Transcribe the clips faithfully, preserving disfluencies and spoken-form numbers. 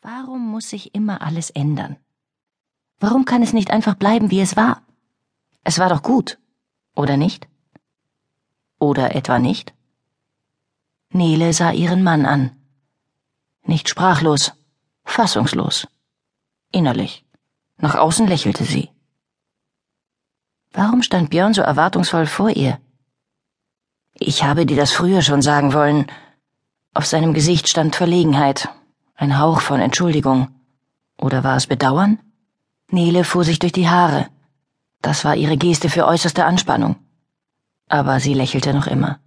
Warum muss sich immer alles ändern? Warum kann es nicht einfach bleiben, wie es war? Es war doch gut, oder nicht? Oder etwa nicht? Nele sah ihren Mann an. Nicht sprachlos, fassungslos. Innerlich. Nach außen lächelte sie. Warum stand Björn so erwartungsvoll vor ihr? Ich habe dir das früher schon sagen wollen. Auf seinem Gesicht stand Verlegenheit, ein Hauch von Entschuldigung. Oder war es Bedauern? Nele fuhr sich durch die Haare. Das war ihre Geste für äußerste Anspannung. Aber sie lächelte noch immer.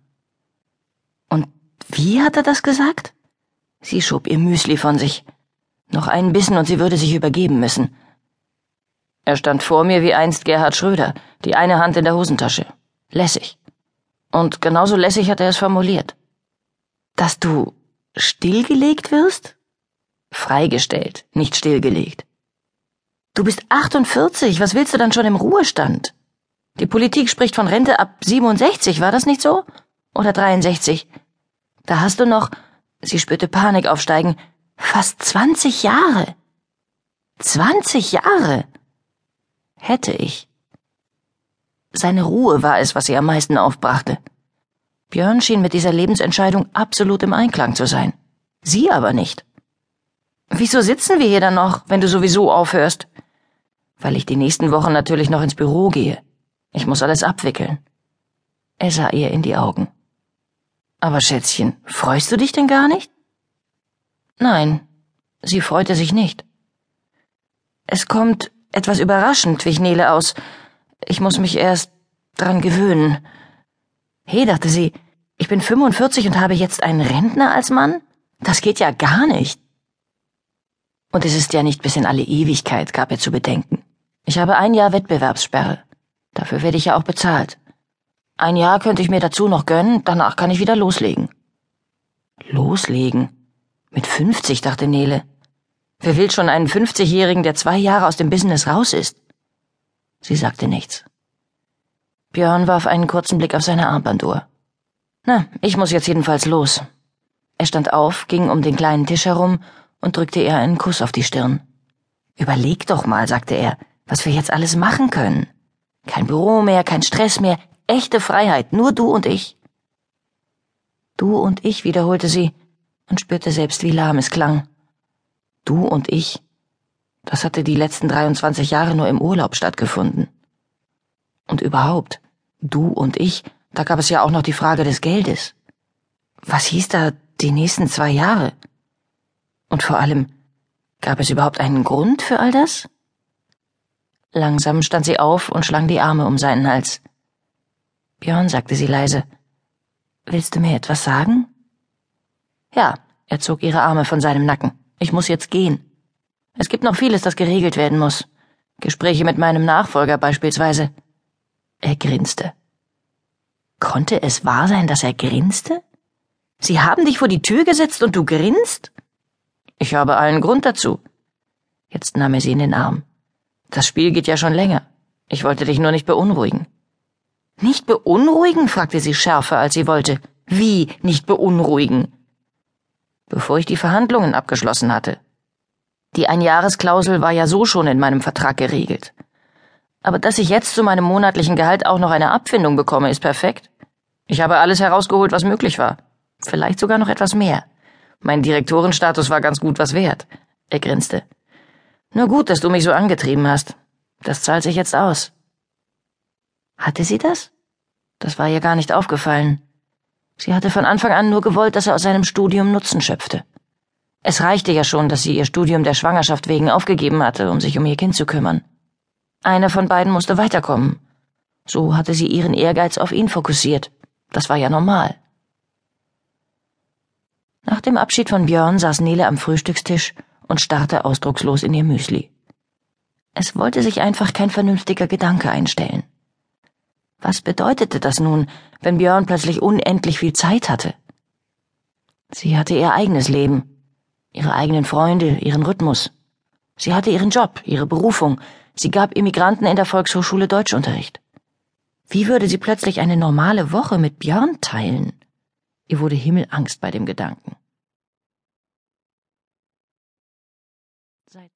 Und wie hat er das gesagt? Sie schob ihr Müsli von sich. Noch einen Bissen und sie würde sich übergeben müssen. Er stand vor mir wie einst Gerhard Schröder, die eine Hand in der Hosentasche. Lässig. Und genauso lässig hat er es formuliert. Dass du stillgelegt wirst? Freigestellt, nicht stillgelegt. Du bist achtundvierzig, was willst du dann schon im Ruhestand? Die Politik spricht von Rente ab siebenundsechzig, war das nicht so? Oder dreiundsechzig? Da hast du noch, sie spürte Panik aufsteigen, fast zwanzig Jahre. Zwanzig Jahre! Hätte ich. Seine Ruhe war es, was sie am meisten aufbrachte. Björn schien mit dieser Lebensentscheidung absolut im Einklang zu sein. Sie aber nicht. Wieso sitzen wir hier dann noch, wenn du sowieso aufhörst? Weil ich die nächsten Wochen natürlich noch ins Büro gehe. Ich muss alles abwickeln. Er sah ihr in die Augen. Aber Schätzchen, freust du dich denn gar nicht? Nein, sie freute sich nicht. Es kommt etwas überraschend, wich Nele aus. Ich muss mich erst dran gewöhnen. Hey, dachte sie, ich bin fünfundvierzig und habe jetzt einen Rentner als Mann? Das geht ja gar nicht. Und es ist ja nicht bis in alle Ewigkeit, gab er zu bedenken. Ich habe ein Jahr Wettbewerbssperre. Dafür werde ich ja auch bezahlt. Ein Jahr könnte ich mir dazu noch gönnen, danach kann ich wieder loslegen. Loslegen? Mit fünfzig, dachte Nele. Wer will schon einen fünfzigjährigen, der zwei Jahre aus dem Business raus ist? Sie sagte nichts. Björn warf einen kurzen Blick auf seine Armbanduhr. Na, ich muss jetzt jedenfalls los. Er stand auf, ging um den kleinen Tisch herum und drückte ihr einen Kuss auf die Stirn. Überleg doch mal, sagte er, was wir jetzt alles machen können. Kein Büro mehr, kein Stress mehr, echte Freiheit, nur du und ich. Du und ich, wiederholte sie und spürte selbst, wie lahm es klang. Du und ich. Das hatte die letzten dreiundzwanzig Jahre nur im Urlaub stattgefunden. Und überhaupt, du und ich, da gab es ja auch noch die Frage des Geldes. Was hieß da die nächsten zwei Jahre? Und vor allem, gab es überhaupt einen Grund für all das? Langsam stand sie auf und schlang die Arme um seinen Hals. Björn, sagte sie leise, willst du mir etwas sagen? Ja, er zog ihre Arme von seinem Nacken. Ich muss jetzt gehen. Es gibt noch vieles, das geregelt werden muss. Gespräche mit meinem Nachfolger beispielsweise. Er grinste. Konnte es wahr sein, dass er grinste? Sie haben dich vor die Tür gesetzt und du grinst? Ich habe allen Grund dazu. Jetzt nahm er sie in den Arm. Das Spiel geht ja schon länger. Ich wollte dich nur nicht beunruhigen. Nicht beunruhigen? Fragte sie schärfer, als sie wollte. Wie nicht beunruhigen? Bevor ich die Verhandlungen abgeschlossen hatte. Die Einjahresklausel war ja so schon in meinem Vertrag geregelt. Aber dass ich jetzt zu meinem monatlichen Gehalt auch noch eine Abfindung bekomme, ist perfekt. Ich habe alles herausgeholt, was möglich war. Vielleicht sogar noch etwas mehr. Mein Direktorenstatus war ganz gut was wert. Er grinste. Nur gut, dass du mich so angetrieben hast. Das zahlt sich jetzt aus. Hatte sie das? Das war ihr gar nicht aufgefallen. Sie hatte von Anfang an nur gewollt, dass er aus seinem Studium Nutzen schöpfte. Es reichte ja schon, dass sie ihr Studium der Schwangerschaft wegen aufgegeben hatte, um sich um ihr Kind zu kümmern. Einer von beiden musste weiterkommen. So hatte sie ihren Ehrgeiz auf ihn fokussiert. Das war ja normal. Nach dem Abschied von Björn saß Nele am Frühstückstisch und starrte ausdruckslos in ihr Müsli. Es wollte sich einfach kein vernünftiger Gedanke einstellen. Was bedeutete das nun, wenn Björn plötzlich unendlich viel Zeit hatte? Sie hatte ihr eigenes Leben, ihre eigenen Freunde, ihren Rhythmus. Sie hatte ihren Job, ihre Berufung. Sie gab Immigranten in der Volkshochschule Deutschunterricht. Wie würde sie plötzlich eine normale Woche mit Björn teilen? Ihr wurde Himmelangst bei dem Gedanken.